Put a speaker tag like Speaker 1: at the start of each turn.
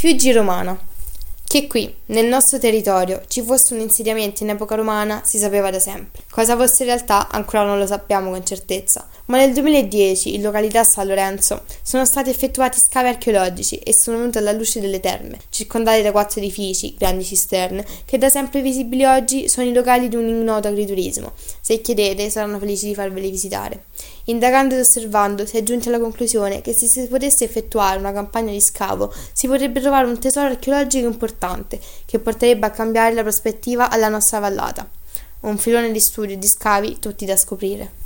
Speaker 1: Fiuggi romana. Che qui, nel nostro territorio, ci fosse un insediamento in epoca romana si sapeva da sempre. Cosa fosse in realtà ancora non lo sappiamo con certezza, ma nel 2010 in località San Lorenzo sono stati effettuati scavi archeologici e sono venute alla luce delle terme, circondate da 4 edifici, grandi cisterne, che da sempre visibili oggi sono i locali di un ignoto agriturismo. Se chiedete, saranno felici di farveli visitare. Indagando ed osservando si è giunti alla conclusione che se si potesse effettuare una campagna di scavo si potrebbe trovare un tesoro archeologico importante che porterebbe a cambiare la prospettiva alla nostra vallata. Un filone di studio e di scavi tutti da scoprire.